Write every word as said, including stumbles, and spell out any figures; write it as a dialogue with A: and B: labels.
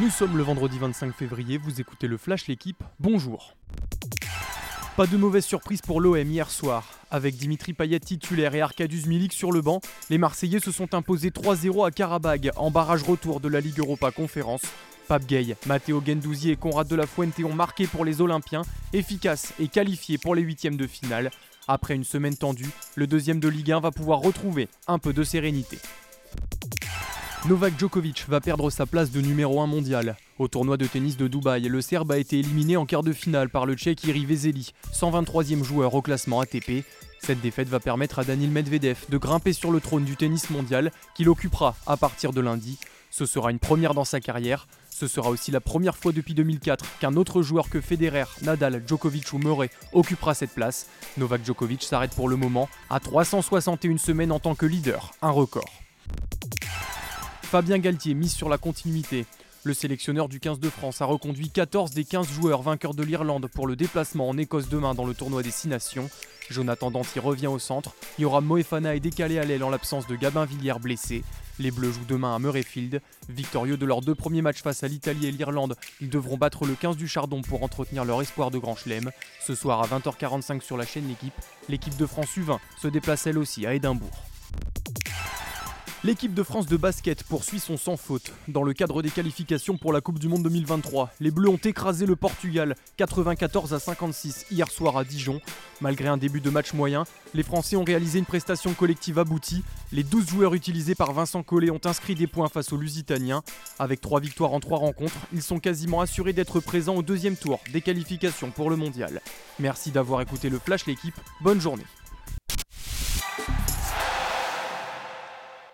A: Nous sommes le vendredi vingt-cinq février, vous écoutez le Flash L'équipe, bonjour. Pas de mauvaise surprise pour l'O M hier soir. Avec Dimitri Payet titulaire et Arkadiusz Milik sur le banc, les Marseillais se sont imposés trois zéro à Karabag en barrage retour de la Ligue Europa Conférence. Pape Gueye, Matteo Guendouzi et Conrad de la Fuente ont marqué pour les Olympiens, efficaces et qualifiés pour les huitièmes de finale. Après une semaine tendue, le deuxième de Ligue un va pouvoir retrouver un peu de sérénité. Novak Djokovic va perdre sa place de numéro un mondial. Au tournoi de tennis de Dubaï, le Serbe a été éliminé en quart de finale par le Tchèque Jiri Veseli, cent vingt-troisième joueur au classement A T P. Cette défaite va permettre à Daniil Medvedev de grimper sur le trône du tennis mondial qu'il occupera à partir de lundi. Ce sera une première dans sa carrière. Ce sera aussi la première fois depuis deux mille quatre qu'un autre joueur que Federer, Nadal, Djokovic ou Murray occupera cette place. Novak Djokovic s'arrête pour le moment à trois cent soixante et une semaines en tant que leader, un record. Fabien Galtier mise sur la continuité. Le sélectionneur du quinze de France a reconduit quatorze des quinze joueurs vainqueurs de l'Irlande pour le déplacement en Écosse demain dans le tournoi des six nations. Jonathan Danty revient au centre. Il y aura Moefana et décalé à l'aile en l'absence de Gabin Villiers blessé. Les Bleus jouent demain à Murrayfield. Victorieux de leurs deux premiers matchs face à l'Italie et l'Irlande, ils devront battre le quinze du Chardon pour entretenir leur espoir de Grand Chelem. Ce soir à vingt heures quarante-cinq sur la chaîne L'équipe, l'équipe de France U vingt se déplace elle aussi à Édimbourg. L'équipe de France de basket poursuit son sans faute. Dans le cadre des qualifications pour la Coupe du Monde deux mille vingt-trois, les Bleus ont écrasé le Portugal quatre-vingt-quatorze à cinquante-six hier soir à Dijon. Malgré un début de match moyen, les Français ont réalisé une prestation collective aboutie. Les douze joueurs utilisés par Vincent Collet ont inscrit des points face aux Lusitaniens. Avec trois victoires en trois rencontres, ils sont quasiment assurés d'être présents au deuxième tour des qualifications pour le mondial. Merci d'avoir écouté le Flash L'équipe, bonne journée.